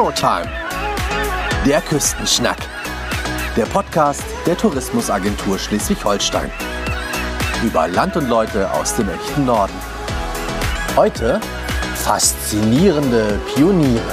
Showtime, der Küstenschnack, der Podcast der Tourismusagentur Schleswig-Holstein. Über Land und Leute aus dem echten Norden. Heute faszinierende Pioniere.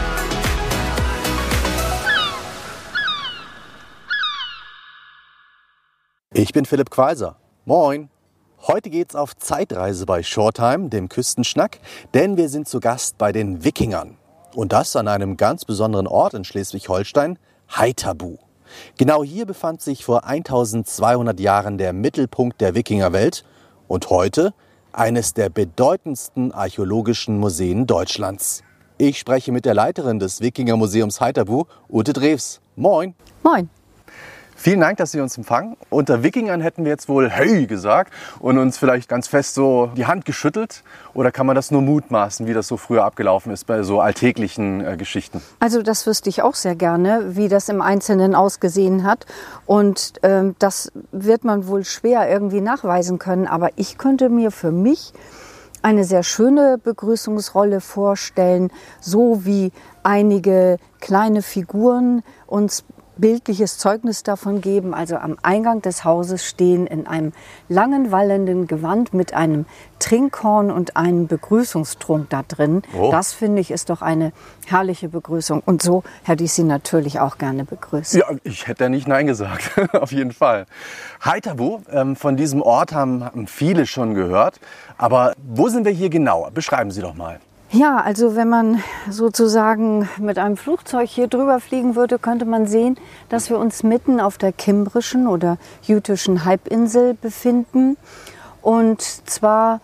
Ich bin Philipp Qualser. Moin! Heute geht's auf Zeitreise bei Showtime, dem Küstenschnack, denn wir sind zu Gast bei den Wikingern. Und das an einem ganz besonderen Ort in Schleswig-Holstein, Haithabu. Genau hier befand sich vor 1200 Jahren der Mittelpunkt der Wikingerwelt und heute eines der bedeutendsten archäologischen Museen Deutschlands. Ich spreche mit der Leiterin des Wikingermuseums Haithabu, Ute Drews. Moin! Moin! Vielen Dank, dass Sie uns empfangen. Unter Wikingern hätten wir jetzt wohl Hey gesagt und uns vielleicht ganz fest so die Hand geschüttelt. Oder kann man das nur mutmaßen, wie das so früher abgelaufen ist bei so alltäglichen Geschichten? Also das wüsste ich auch sehr gerne, wie das im Einzelnen ausgesehen hat. Und das wird man wohl schwer irgendwie nachweisen können. Aber ich könnte mir für mich eine sehr schöne Begrüßungsrolle vorstellen, so wie einige kleine Figuren uns bildliches Zeugnis davon geben. Also am Eingang des Hauses stehen in einem langen wallenden Gewand mit einem Trinkhorn und einem Begrüßungstrunk da drin. Oh. Das, finde ich, ist doch eine herrliche Begrüßung. Und so hätte ich Sie natürlich auch gerne begrüßt. Ja, ich hätte ja nicht Nein gesagt, auf jeden Fall. Haithabu, von diesem Ort haben viele schon gehört. Aber wo sind wir hier genau? Beschreiben Sie doch mal. Ja, also wenn man sozusagen mit einem Flugzeug hier drüber fliegen würde, könnte man sehen, dass wir uns mitten auf der kimbrischen oder jütischen Halbinsel befinden. Und zwar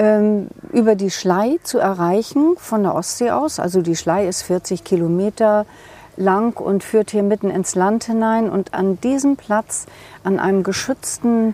über die Schlei zu erreichen von der Ostsee aus. Also die Schlei ist 40 Kilometer lang und führt hier mitten ins Land hinein. Und an diesem Platz, an einem geschützten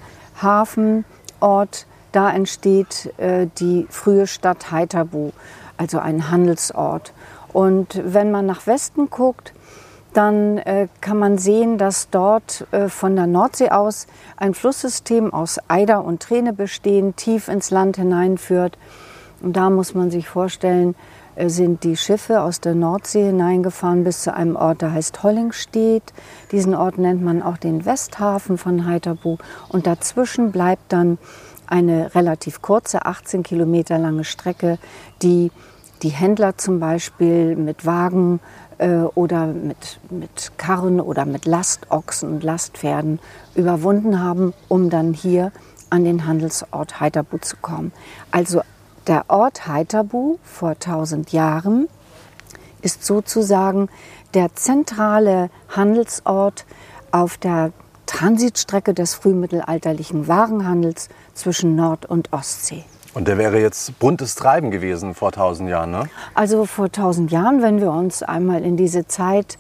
Hafenort, da entsteht die frühe Stadt Haithabu. Also ein Handelsort. Und wenn man nach Westen guckt, dann kann man sehen, dass dort von der Nordsee aus ein Flusssystem aus Eider und Träne bestehend tief ins Land hineinführt. Und da muss man sich vorstellen, sind die Schiffe aus der Nordsee hineingefahren bis zu einem Ort, der heißt Hollingstedt. Diesen Ort nennt man auch den Westhafen von Haithabu. Und dazwischen bleibt dann eine relativ kurze, 18 Kilometer lange Strecke, die die Händler zum Beispiel mit Wagen oder mit Karren oder mit Lastochsen und Lastpferden überwunden haben, um dann hier an den Handelsort Haithabu zu kommen. Also der Ort Haithabu vor 1000 Jahren ist sozusagen der zentrale Handelsort auf der Transitstrecke des frühmittelalterlichen Warenhandels zwischen Nord- und Ostsee. Und der wäre jetzt buntes Treiben gewesen vor 1000 Jahren, ne? Also vor 1000 Jahren, wenn wir uns einmal in diese Zeit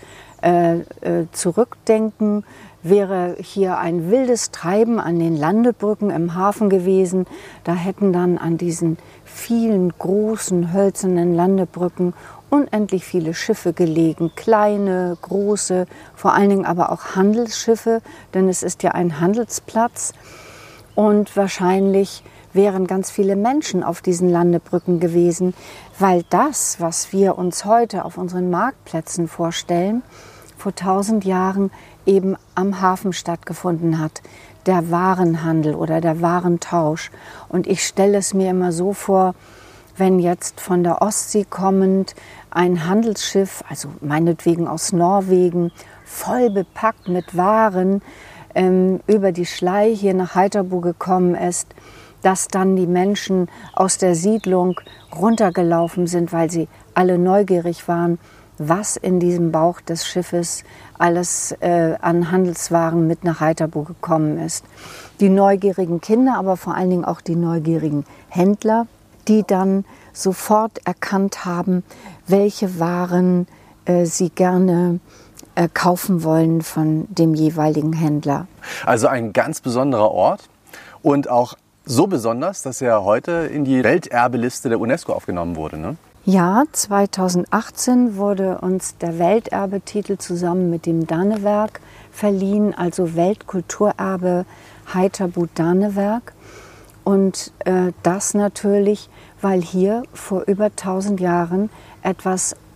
zurückdenken, wäre hier ein wildes Treiben an den Landebrücken im Hafen gewesen. Da hätten dann an diesen vielen großen hölzernen Landebrücken unendlich viele Schiffe gelegen, kleine, große, vor allen Dingen aber auch Handelsschiffe, denn es ist ja ein Handelsplatz. Und wahrscheinlich wären ganz viele Menschen auf diesen Landebrücken gewesen, weil das, was wir uns heute auf unseren Marktplätzen vorstellen, vor 1000 Jahren eben am Hafen stattgefunden hat. Der Warenhandel oder der Warentausch. Und ich stelle es mir immer so vor, wenn jetzt von der Ostsee kommend ein Handelsschiff, also meinetwegen aus Norwegen, voll bepackt mit Waren, über die Schlei hier nach Haithabu gekommen ist, dass dann die Menschen aus der Siedlung runtergelaufen sind, weil sie alle neugierig waren, was in diesem Bauch des Schiffes alles an Handelswaren mit nach Haithabu gekommen ist. Die neugierigen Kinder, aber vor allen Dingen auch die neugierigen Händler, die dann sofort erkannt haben, welche Waren sie gerne kaufen wollen von dem jeweiligen Händler. Also ein ganz besonderer Ort und auch so besonders, dass er heute in die Welterbeliste der UNESCO aufgenommen wurde, ne? Ja, 2018 wurde uns der Welterbetitel zusammen mit dem Danewerk verliehen, also Weltkulturerbe Haithabu-Danewerk. Und das natürlich, weil hier vor über 1000 Jahren etwas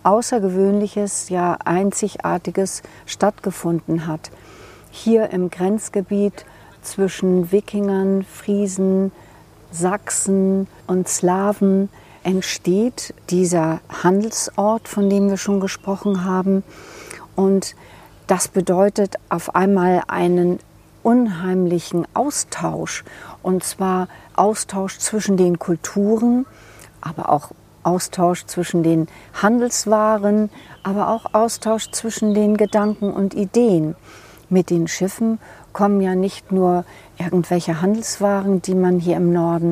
Außergewöhnliches, ja Einzigartiges stattgefunden hat. Hier im Grenzgebiet zwischen Wikingern, Friesen, Sachsen und Slawen entsteht dieser Handelsort, von dem wir schon gesprochen haben. Und das bedeutet auf einmal einen unheimlichen Austausch. Und zwar Austausch zwischen den Kulturen, aber auch Austausch zwischen den Handelswaren, aber auch Austausch zwischen den Gedanken und Ideen. Mit den Schiffen kommen ja nicht nur irgendwelche Handelswaren, die man hier im Norden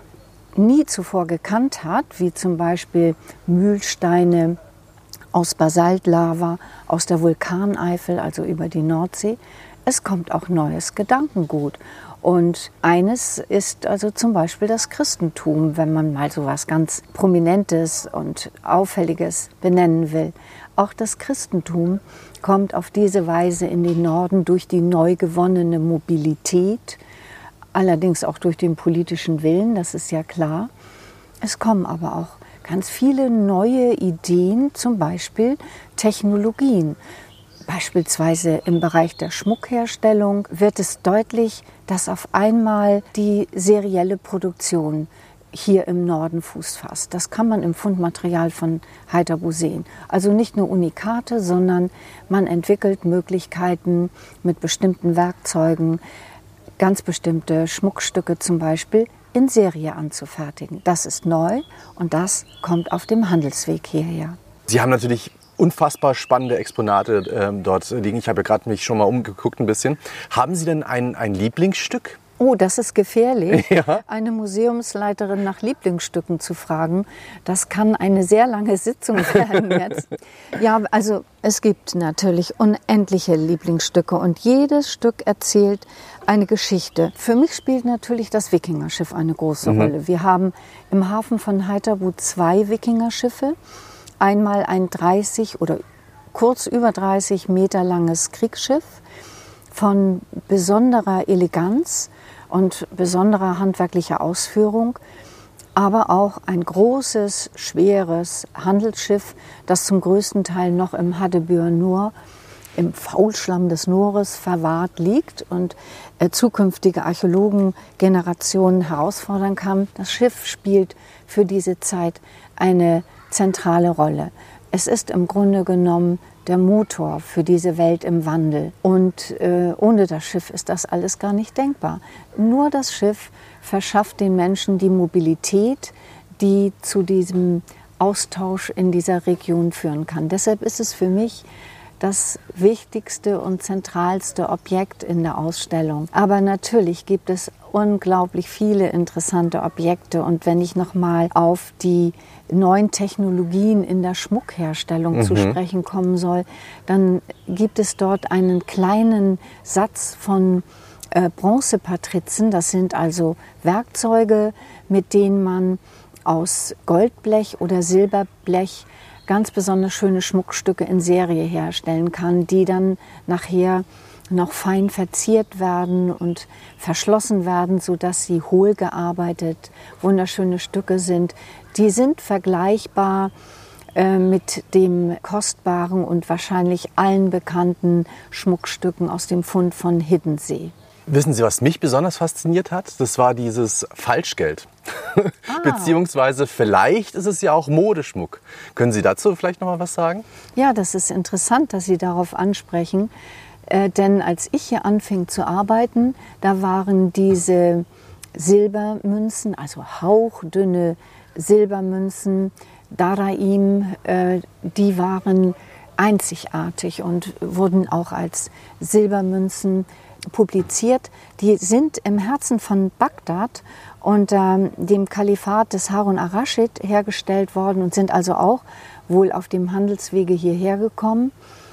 nie zuvor gekannt hat, wie zum Beispiel Mühlsteine aus Basaltlava, aus der Vulkaneifel, also über die Nordsee. Es kommt auch neues Gedankengut. Und eines ist also zum Beispiel das Christentum, wenn man mal so was ganz Prominentes und Auffälliges benennen will. Auch das Christentum kommt auf diese Weise in den Norden durch die neu gewonnene Mobilität, allerdings auch durch den politischen Willen, das ist ja klar. Es kommen aber auch ganz viele neue Ideen, zum Beispiel Technologien. Beispielsweise im Bereich der Schmuckherstellung wird es deutlich, dass auf einmal die serielle Produktion hier im Norden Fuß fasst. Das kann man im Fundmaterial von Haithabu sehen. Also nicht nur Unikate, sondern man entwickelt Möglichkeiten mit bestimmten Werkzeugen, ganz bestimmte Schmuckstücke zum Beispiel in Serie anzufertigen. Das ist neu und das kommt auf dem Handelsweg hierher. Sie haben natürlich unfassbar spannende Exponate dort liegen. Ich habe ja gerade mich schon mal umgeguckt ein bisschen. Haben Sie denn ein Lieblingsstück? Oh, das ist gefährlich, Ja. eine Museumsleiterin nach Lieblingsstücken zu fragen. Das kann eine sehr lange Sitzung werden jetzt. Ja, also es gibt natürlich unendliche Lieblingsstücke und jedes Stück erzählt eine Geschichte. Für mich spielt natürlich das Wikingerschiff eine große Rolle. Wir haben im Hafen von Haithabu 2 Wikingerschiffe. Einmal ein 30 oder kurz über 30 Meter langes Kriegsschiff von besonderer Eleganz und besonderer handwerklicher Ausführung, aber auch ein großes, schweres Handelsschiff, das zum größten Teil noch im Haddebühr Nor, im Faulschlamm des Nores verwahrt liegt und zukünftige Archäologengenerationen herausfordern kann. Das Schiff spielt für diese Zeit eine zentrale Rolle. Es ist im Grunde genommen der Motor für diese Welt im Wandel. Und ohne das Schiff ist das alles gar nicht denkbar. Nur das Schiff verschafft den Menschen die Mobilität, die zu diesem Austausch in dieser Region führen kann. Deshalb ist es für mich das wichtigste und zentralste Objekt in der Ausstellung. Aber natürlich gibt es unglaublich viele interessante Objekte. Und wenn ich nochmal auf die neuen Technologien in der Schmuckherstellung zu sprechen kommen soll, dann gibt es dort einen kleinen Satz von Bronzepatrizen. Das sind also Werkzeuge, mit denen man aus Goldblech oder Silberblech ganz besonders schöne Schmuckstücke in Serie herstellen kann, die dann nachher noch fein verziert werden und verschlossen werden, sodass sie hohl gearbeitet, wunderschöne Stücke sind. Die sind vergleichbar mit dem kostbaren und wahrscheinlich allen bekannten Schmuckstücken aus dem Fund von Hiddensee. Wissen Sie, was mich besonders fasziniert hat? Das war dieses Falschgeld. Beziehungsweise vielleicht ist es ja auch Modeschmuck. Können Sie dazu vielleicht noch mal was sagen? Ja, das ist interessant, dass Sie darauf ansprechen. Denn als ich hier anfing zu arbeiten, da waren diese Silbermünzen, also hauchdünne Silbermünzen, Daraim, die waren einzigartig und wurden auch als Silbermünzen publiziert. Die sind im Herzen von Bagdad unter dem Kalifat des Harun ar-Raschid hergestellt worden und sind also auch wohl auf dem Handelswege hierher gekommen.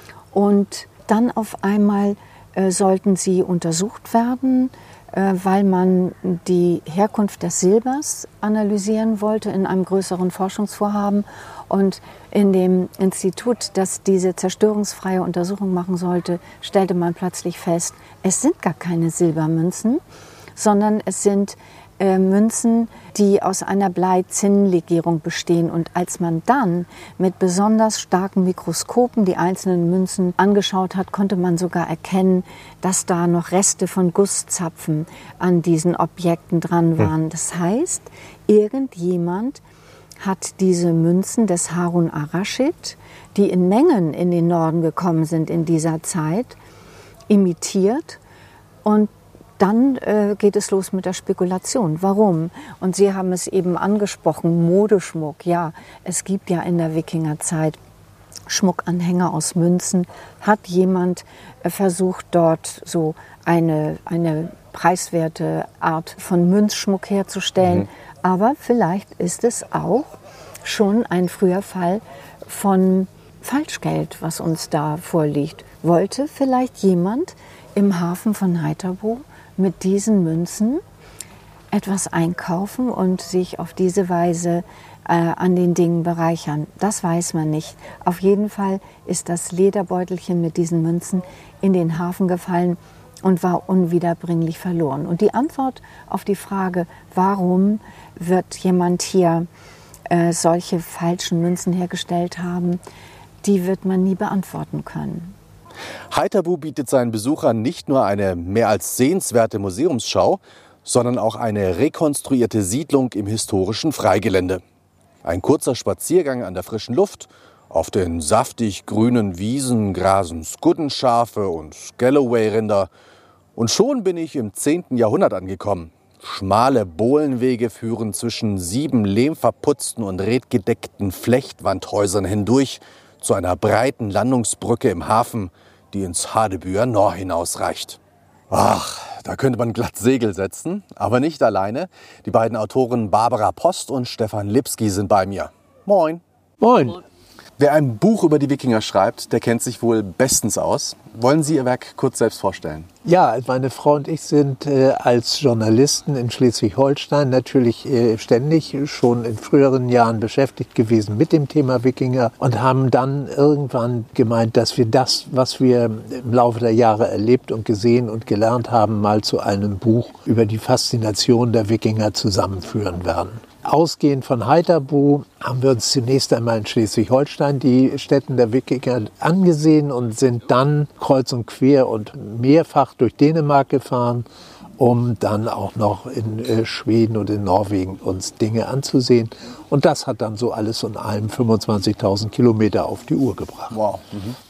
Und dann auf einmal sollten sie untersucht werden, weil man die Herkunft des Silbers analysieren wollte in einem größeren Forschungsvorhaben. Und in dem Institut, das diese zerstörungsfreie Untersuchung machen sollte, stellte man plötzlich fest, es sind gar keine Silbermünzen, sondern es sind Münzen, die aus einer Blei-Zinn-Legierung bestehen. Und als man dann mit besonders starken Mikroskopen die einzelnen Münzen angeschaut hat, konnte man sogar erkennen, dass da noch Reste von Gusszapfen an diesen Objekten dran waren. Das heißt, irgendjemand hat diese Münzen des Harun ar-Raschid, die in Mengen in den Norden gekommen sind in dieser Zeit, imitiert. Und dann geht es los mit der Spekulation. Warum? Und Sie haben es eben angesprochen, Modeschmuck. Ja, es gibt ja in der Wikingerzeit Schmuckanhänger aus Münzen. Hat jemand versucht, dort so eine preiswerte Art von Münzschmuck herzustellen? Aber vielleicht ist es auch schon ein früher Fall von Falschgeld, was uns da vorliegt. Wollte vielleicht jemand im Hafen von Haithabu mit diesen Münzen etwas einkaufen und sich auf diese Weise an den Dingen bereichern? Das weiß man nicht. Auf jeden Fall ist das Lederbeutelchen mit diesen Münzen in den Hafen gefallen und war unwiederbringlich verloren. Und die Antwort auf die Frage, warum wird jemand hier solche falschen Münzen hergestellt haben, die wird man nie beantworten können. Haithabu bietet seinen Besuchern nicht nur eine mehr als sehenswerte Museumsschau, sondern auch eine rekonstruierte Siedlung im historischen Freigelände. Ein kurzer Spaziergang an der frischen Luft. Auf den saftig grünen Wiesen grasen Skuddenschafe und Galloway-Rinder. Und schon bin ich im 10. Jahrhundert angekommen. Schmale Bohlenwege führen zwischen 7 lehmverputzten und redgedeckten Flechtwandhäusern hindurch zu einer breiten Landungsbrücke im Hafen, die ins Hadebüer Nor hinausreicht. Ach, da könnte man glatt Segel setzen, aber nicht alleine. Die beiden Autoren Barbara Post und Stefan Lipski sind bei mir. Moin. Moin. Wer ein Buch über die Wikinger schreibt, der kennt sich wohl bestens aus. Wollen Sie Ihr Werk kurz selbst vorstellen? Ja, meine Frau und ich sind als Journalisten in Schleswig-Holstein natürlich ständig schon in früheren Jahren beschäftigt gewesen mit dem Thema Wikinger und haben dann irgendwann gemeint, dass wir das, was wir im Laufe der Jahre erlebt und gesehen und gelernt haben, mal zu einem Buch über die Faszination der Wikinger zusammenführen werden. Ausgehend von Haithabu haben wir uns zunächst einmal in Schleswig-Holstein die Stätten der Wikinger angesehen und sind dann kreuz und quer und mehrfach durch Dänemark gefahren, um dann auch noch in Schweden und in Norwegen uns Dinge anzusehen. Und das hat dann so alles in allem 25.000 Kilometer auf die Uhr gebracht. Wow.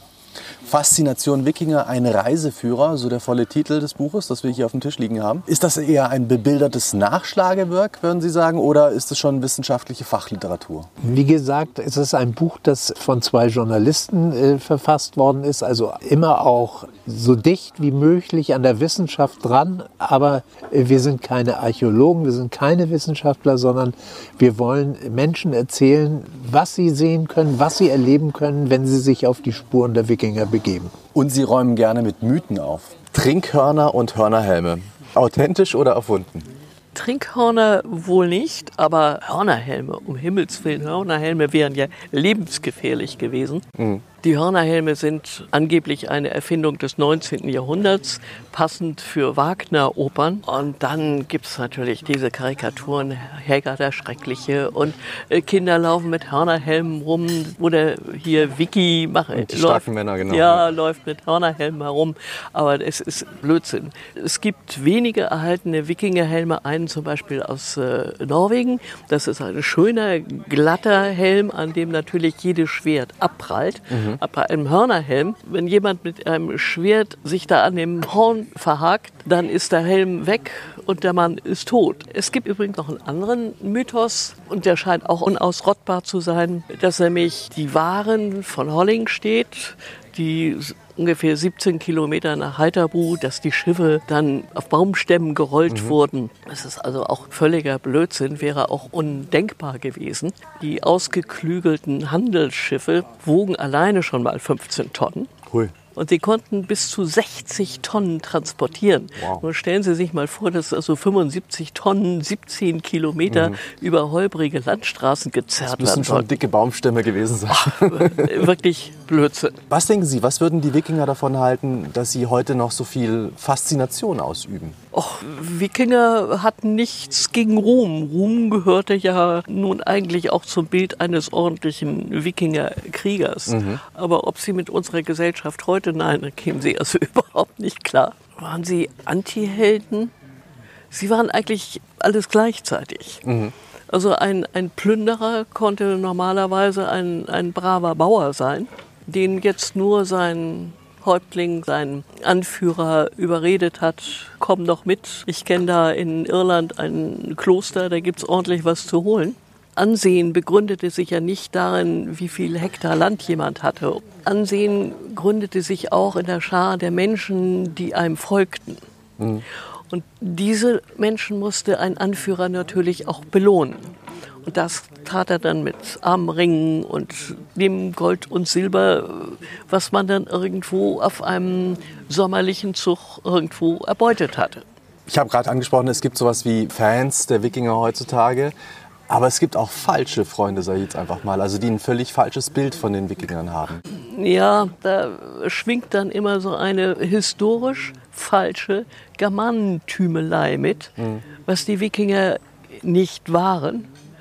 Faszination Wikinger, ein Reiseführer, so der volle Titel des Buches, das wir hier auf dem Tisch liegen haben. Ist das eher ein bebildertes Nachschlagewerk, würden Sie sagen, oder ist es schon wissenschaftliche Fachliteratur? Wie gesagt, es ist ein Buch, das von 2 Journalisten verfasst worden ist, also immer auch so dicht wie möglich an der Wissenschaft dran, aber wir sind keine Archäologen, wir sind keine Wissenschaftler, sondern wir wollen Menschen erzählen, was sie sehen können, was sie erleben können, wenn sie sich auf die Spuren der Wikinger begeben. Und Sie räumen gerne mit Mythen auf. Trinkhörner und Hörnerhelme. Authentisch oder erfunden? Trinkhörner wohl nicht, aber Hörnerhelme, um Himmels Willen, Hörnerhelme wären ja lebensgefährlich gewesen. Die Hörnerhelme sind angeblich eine Erfindung des 19. Jahrhunderts, passend für Wagner-Opern. Und dann gibt es natürlich diese Karikaturen, Helga der Schreckliche und Kinder laufen mit Hörnerhelmen rum, oder hier Vicky die starken Männer, genau. Ja, läuft mit Hörnerhelmen herum, aber es ist Blödsinn. Es gibt wenige erhaltene Wikingerhelme, einen zum Beispiel aus Norwegen. Das ist ein schöner, glatter Helm, an dem natürlich jedes Schwert abprallt. Bei einem Hörnerhelm, wenn jemand mit einem Schwert sich da an dem Horn verhakt, dann ist der Helm weg und der Mann ist tot. Es gibt übrigens noch einen anderen Mythos, und der scheint auch unausrottbar zu sein, dass nämlich die Waren von Holling steht, die ungefähr 17 Kilometer nach Haithabu, dass die Schiffe dann auf Baumstämmen gerollt wurden. Das ist also auch völliger Blödsinn, wäre auch undenkbar gewesen. Die ausgeklügelten Handelsschiffe wogen alleine schon mal 15 Tonnen. Hui. Und sie konnten bis zu 60 Tonnen transportieren. Wow. Nun stellen Sie sich mal vor, dass also 75 Tonnen, 17 Kilometer über holprige Landstraßen gezerrt werden. Das müssen schon dicke Baumstämme gewesen sein. Wirklich Blödsinn. Was denken Sie, was würden die Wikinger davon halten, dass sie heute noch so viel Faszination ausüben? Och, Wikinger hatten nichts gegen Ruhm. Ruhm gehörte ja nun eigentlich auch zum Bild eines ordentlichen Wikingerkriegers. Aber ob sie mit unserer Gesellschaft heute, nein, da kämen sie also überhaupt nicht klar. Waren sie Antihelden? Sie waren eigentlich alles gleichzeitig. Also ein Plünderer konnte normalerweise ein braver Bauer sein, den jetzt nur sein Häuptling, sein Anführer überredet hat, komm doch mit. Ich kenne da in Irland ein Kloster, da gibt's ordentlich was zu holen. Ansehen begründete sich ja nicht darin, wie viel Hektar Land jemand hatte. Ansehen gründete sich auch in der Schar der Menschen, die einem folgten. Und diese Menschen musste ein Anführer natürlich auch belohnen. Und das tat er dann mit Armringen und dem Gold und Silber, was man dann irgendwo auf einem sommerlichen Zug irgendwo erbeutet hatte. Ich habe gerade angesprochen, es gibt sowas wie Fans der Wikinger heutzutage. Aber es gibt auch falsche Freunde, sage ich jetzt einfach mal, also die ein völlig falsches Bild von den Wikingern haben. Ja, da schwingt dann immer so eine historisch falsche Germanentümelei mit, was die Wikinger nicht waren.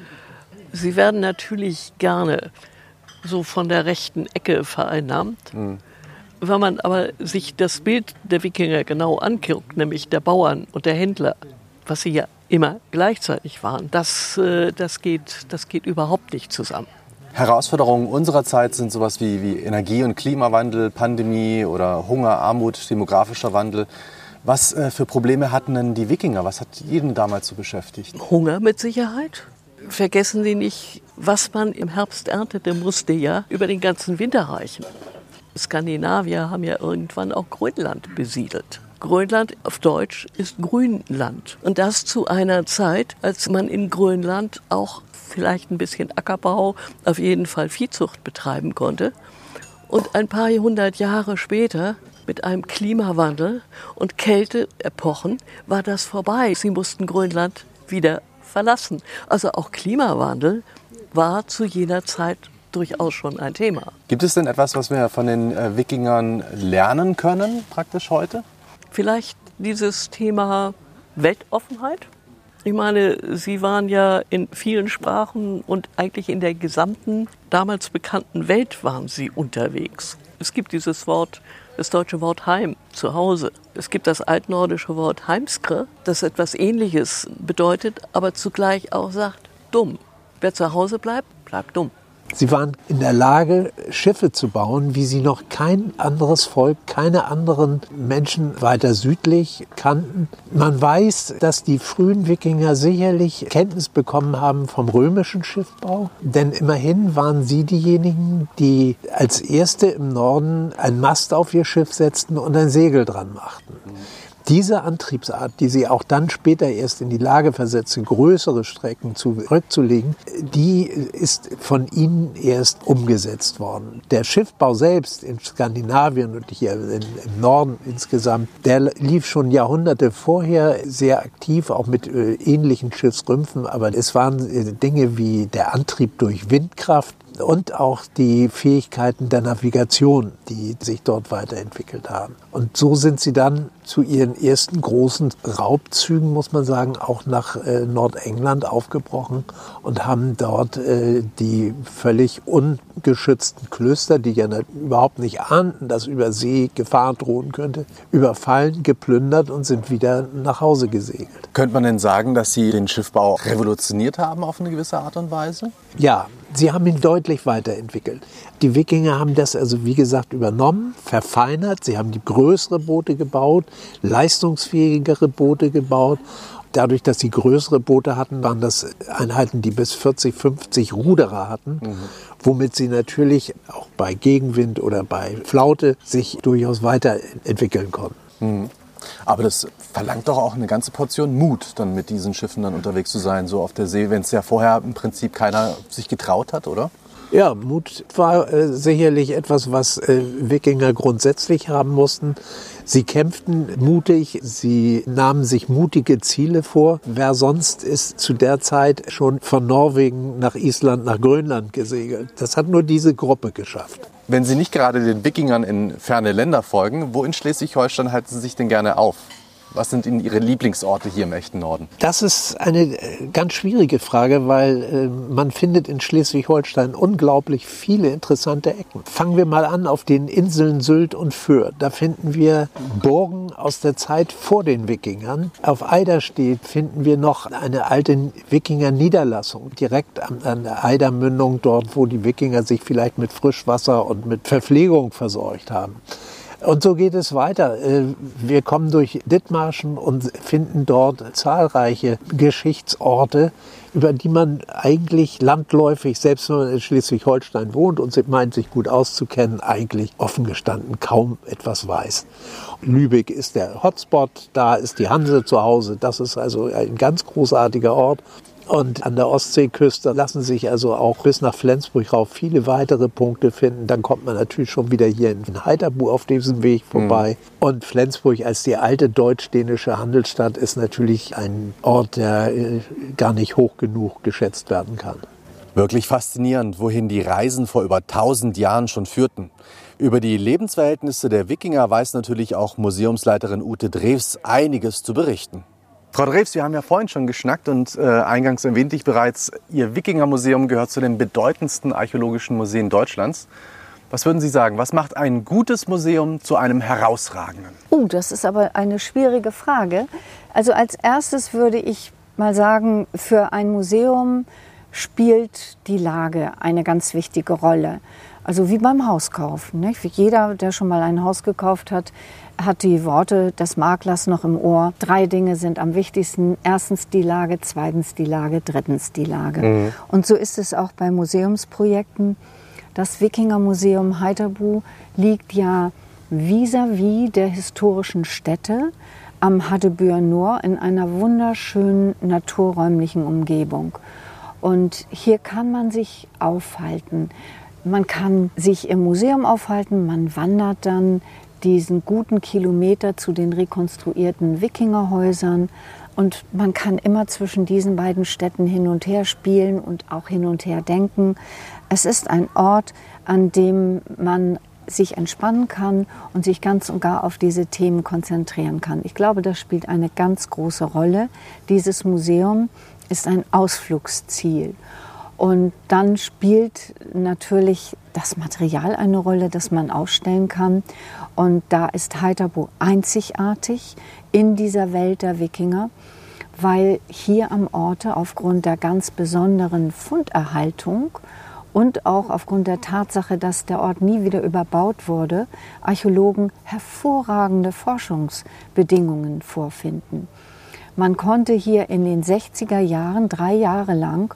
Sie werden natürlich gerne so von der rechten Ecke vereinnahmt. Wenn man aber sich das Bild der Wikinger genau anguckt, nämlich der Bauern und der Händler, was sie ja immer gleichzeitig waren, das geht überhaupt nicht zusammen. Herausforderungen unserer Zeit sind sowas wie Energie- und Klimawandel, Pandemie oder Hunger, Armut, demografischer Wandel. Was für Probleme hatten denn die Wikinger? Was hat jeden damals so beschäftigt? Hunger mit Sicherheit. Vergessen Sie nicht, was man im Herbst erntete, musste ja über den ganzen Winter reichen. Skandinavier haben ja irgendwann auch Grönland besiedelt. Grönland auf Deutsch ist Grünland. Und das zu einer Zeit, als man in Grönland auch vielleicht ein bisschen Ackerbau, auf jeden Fall Viehzucht betreiben konnte. Und ein paar hundert Jahre später, mit einem Klimawandel und Kälteepochen, war das vorbei. Sie mussten Grönland wieder verlassen. Also auch Klimawandel war zu jener Zeit durchaus schon ein Thema. Gibt es denn etwas, was wir von den Wikingern lernen können, praktisch heute? Vielleicht dieses Thema Weltoffenheit. Ich meine, sie waren ja in vielen Sprachen und eigentlich in der gesamten damals bekannten Welt waren sie unterwegs. Es gibt dieses Wort, das deutsche Wort Heim, zu Hause. Es gibt das altnordische Wort Heimskre, das etwas Ähnliches bedeutet, aber zugleich auch sagt, dumm. Wer zu Hause bleibt, bleibt dumm. Sie waren in der Lage, Schiffe zu bauen, wie sie noch kein anderes Volk, keine anderen Menschen weiter südlich kannten. Man weiß, dass die frühen Wikinger sicherlich Kenntnis bekommen haben vom römischen Schiffbau. Denn immerhin waren sie diejenigen, die als Erste im Norden einen Mast auf ihr Schiff setzten und ein Segel dran machten. Diese Antriebsart, die sie auch dann später erst in die Lage versetzte, größere Strecken zurückzulegen, die ist von ihnen erst umgesetzt worden. Der Schiffbau selbst in Skandinavien und hier im Norden insgesamt, der lief schon Jahrhunderte vorher sehr aktiv, auch mit ähnlichen Schiffsrümpfen. Aber es waren Dinge wie der Antrieb durch Windkraft, und auch die Fähigkeiten der Navigation, die sich dort weiterentwickelt haben. Und so sind sie dann zu ihren ersten großen Raubzügen, muss man sagen, auch nach Nordengland aufgebrochen und haben dort die völlig ungeschützten Klöster, die ja überhaupt nicht ahnten, dass über See Gefahr drohen könnte, überfallen, geplündert und sind wieder nach Hause gesegelt. Könnte man denn sagen, dass sie den Schiffbau revolutioniert haben auf eine gewisse Art und Weise? Ja, sie haben ihn deutlich weiterentwickelt. Die Wikinger haben das also, wie gesagt, übernommen, verfeinert. Sie haben die größere Boote gebaut, leistungsfähigere Boote gebaut. Dadurch, dass sie größere Boote hatten, waren das Einheiten, die bis 40, 50 Ruderer hatten, womit sie natürlich auch bei Gegenwind oder bei Flaute sich durchaus weiterentwickeln konnten. Aber das verlangt doch auch eine ganze Portion Mut, dann mit diesen Schiffen dann unterwegs zu sein, so auf der See, wenn es ja vorher im Prinzip keiner sich getraut hat, oder? Ja, Mut war sicherlich etwas, was Wikinger grundsätzlich haben mussten. Sie kämpften mutig, sie nahmen sich mutige Ziele vor. Wer sonst ist zu der Zeit schon von Norwegen nach Island, nach Grönland gesegelt? Das hat nur diese Gruppe geschafft. Wenn Sie nicht gerade den Wikingern in ferne Länder folgen, wo in Schleswig-Holstein halten Sie sich denn gerne auf? Was sind Ihre Lieblingsorte hier im echten Norden? Das ist eine ganz schwierige Frage, weil man findet in Schleswig-Holstein unglaublich viele interessante Ecken. Fangen wir mal an auf den Inseln Sylt und Föhr. Da finden wir Burgen aus der Zeit vor den Wikingern. Auf Eiderstedt finden wir noch eine alte Wikinger-Niederlassung, direkt an der Eidermündung, dort wo die Wikinger sich vielleicht mit Frischwasser und mit Verpflegung versorgt haben. Und so geht es weiter. Wir kommen durch Dithmarschen und finden dort zahlreiche Geschichtsorte, über die man eigentlich landläufig, selbst wenn man in Schleswig-Holstein wohnt und meint, sich gut auszukennen, eigentlich offen gestanden kaum etwas weiß. Lübeck ist der Hotspot, da ist die Hanse zu Hause. Das ist also ein ganz großartiger Ort. Und an der Ostseeküste lassen sich also auch bis nach Flensburg rauf viele weitere Punkte finden. Dann kommt man natürlich schon wieder hier in Heiterbu auf diesem Weg vorbei. Und Flensburg als die alte deutsch-dänische Handelsstadt ist natürlich ein Ort, der gar nicht hoch genug geschätzt werden kann. Wirklich faszinierend, wohin die Reisen vor über 1000 Jahren schon führten. Über die Lebensverhältnisse der Wikinger weiß natürlich auch Museumsleiterin Ute Drews einiges zu berichten. Frau Drews, wir haben ja vorhin schon geschnackt und eingangs erwähnte ich bereits, Ihr Wikingermuseum gehört zu den bedeutendsten archäologischen Museen Deutschlands. Was würden Sie sagen, was macht ein gutes Museum zu einem herausragenden? Das ist aber eine schwierige Frage. Also als erstes würde ich mal sagen, für ein Museum spielt die Lage eine ganz wichtige Rolle. Also wie beim Hauskauf. Nicht? Jeder, der schon mal ein Haus gekauft hat, hat die Worte des Maklers noch im Ohr. 3 Dinge sind am wichtigsten. Erstens die Lage, zweitens die Lage, drittens die Lage. Und so ist es auch bei Museumsprojekten. Das Wikingermuseum Heiterbu liegt ja vis-à-vis der historischen Stätte am Haddebüer Nor in einer wunderschönen naturräumlichen Umgebung. Und hier kann man sich aufhalten. Man kann sich im Museum aufhalten, man wandert dann diesen guten Kilometer zu den rekonstruierten Wikingerhäusern und man kann immer zwischen diesen beiden Städten hin und her spielen und auch hin und her denken. Es ist ein Ort, an dem man sich entspannen kann und sich ganz und gar auf diese Themen konzentrieren kann. Ich glaube, das spielt eine ganz große Rolle. Dieses Museum ist ein Ausflugsziel. Und dann spielt natürlich das Material eine Rolle, das man ausstellen kann. Und da ist Heiterbu einzigartig in dieser Welt der Wikinger, weil hier am Orte aufgrund der ganz besonderen Funderhaltung und auch aufgrund der Tatsache, dass der Ort nie wieder überbaut wurde, Archäologen hervorragende Forschungsbedingungen vorfinden. Man konnte hier in den 60er Jahren 3 Jahre lang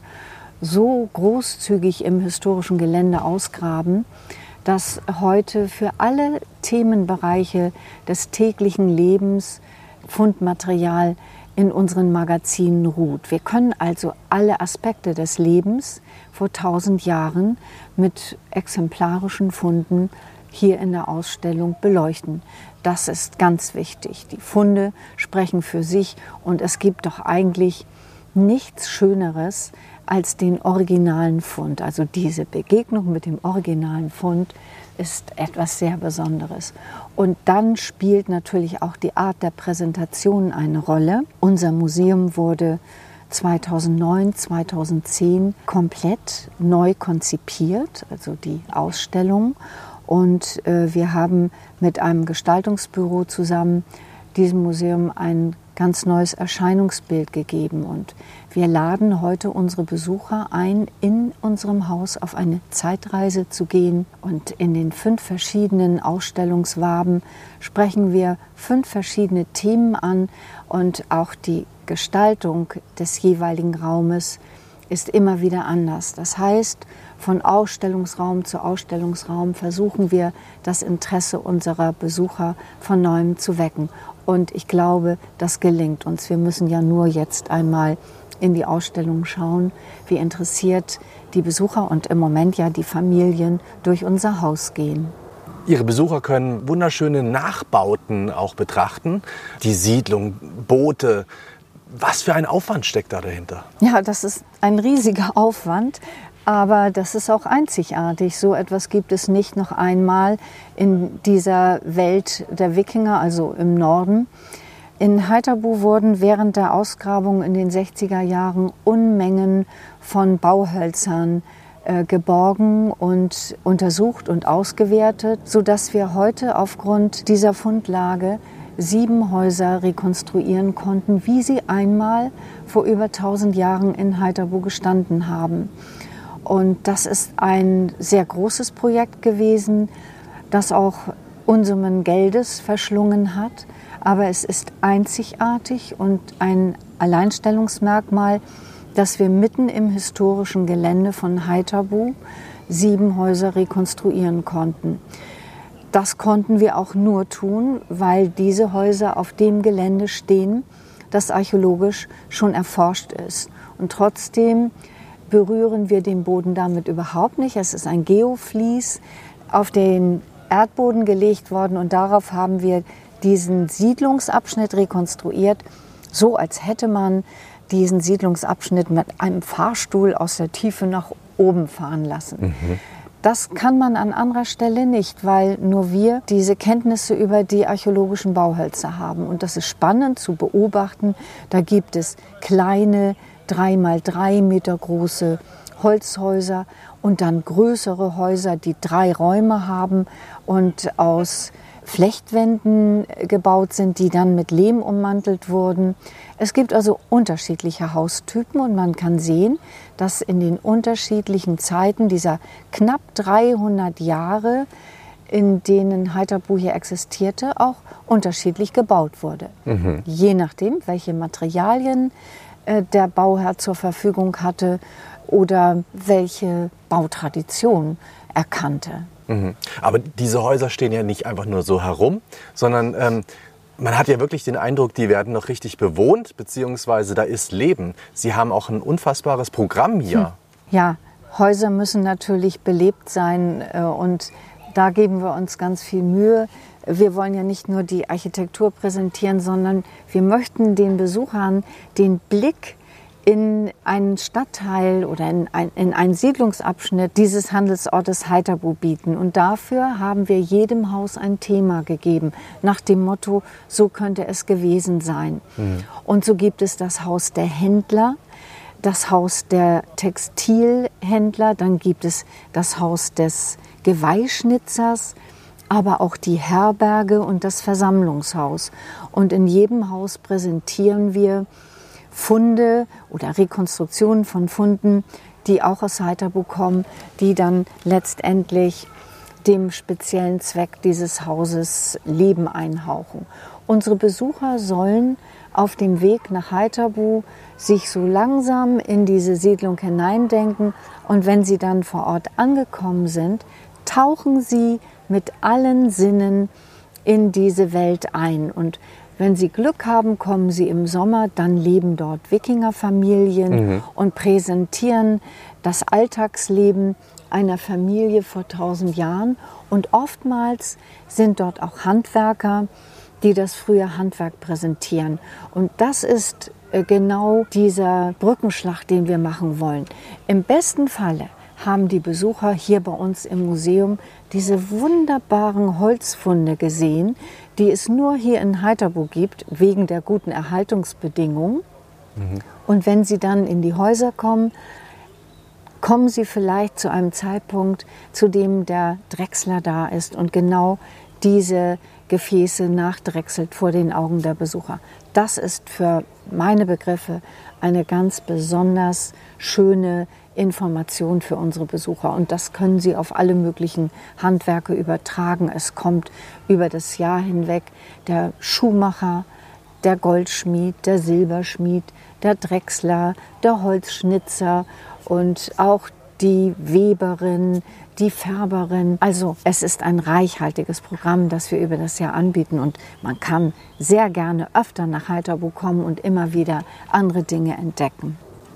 so großzügig im historischen Gelände ausgraben, dass heute für alle Themenbereiche des täglichen Lebens Fundmaterial in unseren Magazinen ruht. Wir können also alle Aspekte des Lebens vor 1000 Jahren mit exemplarischen Funden hier in der Ausstellung beleuchten. Das ist ganz wichtig. Die Funde sprechen für sich und es gibt doch eigentlich nichts Schöneres als den originalen Fund. Also diese Begegnung mit dem originalen Fund ist etwas sehr Besonderes. Und dann spielt natürlich auch die Art der Präsentation eine Rolle. Unser Museum wurde 2009, 2010 komplett neu konzipiert, also die Ausstellung. Und wir haben mit einem Gestaltungsbüro zusammen diesem Museum ein ganz neues Erscheinungsbild gegeben. Und wir laden heute unsere Besucher ein, in unserem Haus auf eine Zeitreise zu gehen. Und in den 5 verschiedenen Ausstellungswaben sprechen wir 5 verschiedene Themen an. Und auch die Gestaltung des jeweiligen Raumes ist immer wieder anders. Das heißt, von Ausstellungsraum zu Ausstellungsraum versuchen wir, das Interesse unserer Besucher von Neuem zu wecken. Und ich glaube, das gelingt uns. Wir müssen ja nur jetzt einmal in die Ausstellung schauen, wie interessiert die Besucher und im Moment ja die Familien durch unser Haus gehen. Ihre Besucher können wunderschöne Nachbauten auch betrachten. Die Siedlung, Boote. Was für ein Aufwand steckt da dahinter? Ja, das ist ein riesiger Aufwand, aber das ist auch einzigartig. So etwas gibt es nicht noch einmal in dieser Welt der Wikinger, also im Norden. In Haithabu wurden während der Ausgrabung in den 60er Jahren Unmengen von Bauhölzern geborgen und untersucht und ausgewertet, sodass wir heute aufgrund dieser Fundlage 7 Häuser rekonstruieren konnten, wie sie einmal vor über 1000 Jahren in Haithabu gestanden haben. Und das ist ein sehr großes Projekt gewesen, das auch Unsummen Geldes verschlungen hat. Aber es ist einzigartig und ein Alleinstellungsmerkmal, dass wir mitten im historischen Gelände von Haithabu 7 Häuser rekonstruieren konnten. Das konnten wir auch nur tun, weil diese Häuser auf dem Gelände stehen, das archäologisch schon erforscht ist. Und trotzdem berühren wir den Boden damit überhaupt nicht. Es ist ein Geoflies auf den Erdboden gelegt worden und darauf haben wir diesen Siedlungsabschnitt rekonstruiert, so als hätte man diesen Siedlungsabschnitt mit einem Fahrstuhl aus der Tiefe nach oben fahren lassen. Das kann man an anderer Stelle nicht, weil nur wir diese Kenntnisse über die archäologischen Bauhölzer haben. Und das ist spannend zu beobachten. Da gibt es kleine, 3x3 Meter große Holzhäuser und dann größere Häuser, die 3 Räume haben und aus Flechtwänden gebaut sind, die dann mit Lehm ummantelt wurden. Es gibt also unterschiedliche Haustypen und man kann sehen, dass in den unterschiedlichen Zeiten dieser knapp 300 Jahre, in denen Haithabu hier existierte, auch unterschiedlich gebaut wurde. Je nachdem, welche Materialien der Bauherr zur Verfügung hatte oder welche Bautradition er kannte. Aber diese Häuser stehen ja nicht einfach nur so herum, sondern man hat ja wirklich den Eindruck, die werden noch richtig bewohnt, beziehungsweise da ist Leben. Sie haben auch ein unfassbares Programm hier. Ja, Häuser müssen natürlich belebt sein und da geben wir uns ganz viel Mühe. Wir wollen ja nicht nur die Architektur präsentieren, sondern wir möchten den Besuchern den Blick in einen Stadtteil oder in einen Siedlungsabschnitt dieses Handelsortes Haithabu bieten. Und dafür haben wir jedem Haus ein Thema gegeben, nach dem Motto, so könnte es gewesen sein. Und so gibt es das Haus der Händler, das Haus der Textilhändler, dann gibt es das Haus des Geweihschnitzers, aber auch die Herberge und das Versammlungshaus. Und in jedem Haus präsentieren wir Funde oder Rekonstruktionen von Funden, die auch aus Haithabu kommen, die dann letztendlich dem speziellen Zweck dieses Hauses Leben einhauchen. Unsere Besucher sollen auf dem Weg nach Haithabu sich so langsam in diese Siedlung hineindenken und wenn sie dann vor Ort angekommen sind, tauchen sie mit allen Sinnen in diese Welt ein. Und wenn sie Glück haben, kommen sie im Sommer, dann leben dort Wikingerfamilien und präsentieren das Alltagsleben einer Familie vor 1000 Jahren. Und oftmals sind dort auch Handwerker, die das frühe Handwerk präsentieren. Und das ist genau dieser Brückenschlag, den wir machen wollen. Im besten Falle haben die Besucher hier bei uns im Museum diese wunderbaren Holzfunde gesehen, die es nur hier in Haithabu gibt, wegen der guten Erhaltungsbedingungen. Und wenn sie dann in die Häuser kommen, kommen sie vielleicht zu einem Zeitpunkt, zu dem der Drechsler da ist und genau diese Gefäße nachdrechselt vor den Augen der Besucher. Das ist für meine Begriffe eine ganz besonders schöne Information für unsere Besucher. Und das können sie auf alle möglichen Handwerke übertragen. Es kommt über das Jahr hinweg der Schuhmacher, der Goldschmied, der Silberschmied, der Drechsler, der Holzschnitzer und auch die Weberin, die Färberin. Also es ist ein reichhaltiges Programm, das wir über das Jahr anbieten und man kann sehr gerne öfter nach Haithabu kommen und immer wieder andere Dinge entdecken.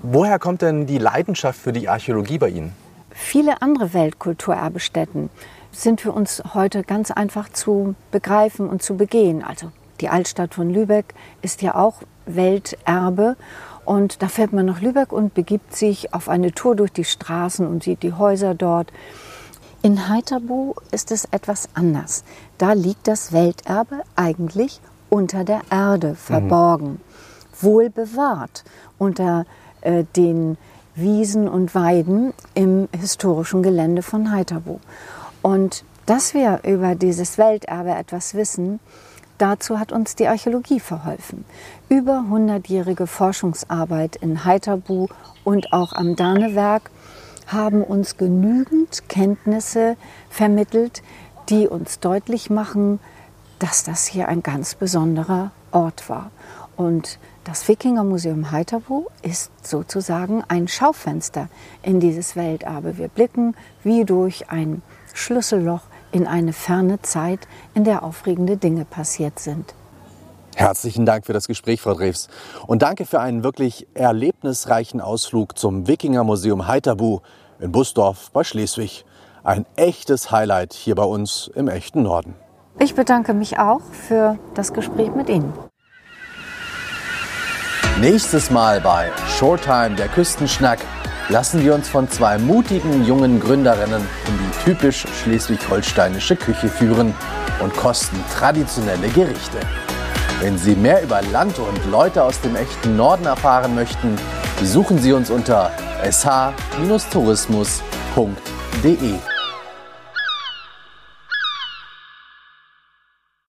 Woher kommt denn die Leidenschaft für die Archäologie bei Ihnen? Viele andere Weltkulturerbestätten sind für uns heute ganz einfach zu begreifen und zu begehen. Also die Altstadt von Lübeck ist ja auch Welterbe. Und da fährt man nach Lübeck und begibt sich auf eine Tour durch die Straßen und sieht die Häuser dort. In Haithabu ist es etwas anders. Da liegt das Welterbe eigentlich unter der Erde verborgen, wohl bewahrt unter den Wiesen und Weiden im historischen Gelände von Haithabu. Und dass wir über dieses Welterbe etwas wissen, dazu hat uns die Archäologie verholfen. Über 100-jährige Forschungsarbeit in Haithabu und auch am Danewerk haben uns genügend Kenntnisse vermittelt, die uns deutlich machen, dass das hier ein ganz besonderer Ort war. Und das Wikingermuseum Haithabu ist sozusagen ein Schaufenster in dieses Welterbe. Wir blicken wie durch ein Schlüsselloch in eine ferne Zeit, in der aufregende Dinge passiert sind. Herzlichen Dank für das Gespräch, Frau Drews. Und danke für einen wirklich erlebnisreichen Ausflug zum Wikingermuseum Haithabu in Busdorf bei Schleswig. Ein echtes Highlight hier bei uns im echten Norden. Ich bedanke mich auch für das Gespräch mit Ihnen. Nächstes Mal bei Shorttime, der Küstenschnack, lassen wir uns von zwei mutigen jungen Gründerinnen in die typisch schleswig-holsteinische Küche führen und kosten traditionelle Gerichte. Wenn Sie mehr über Land und Leute aus dem echten Norden erfahren möchten, besuchen Sie uns unter sh-tourismus.de.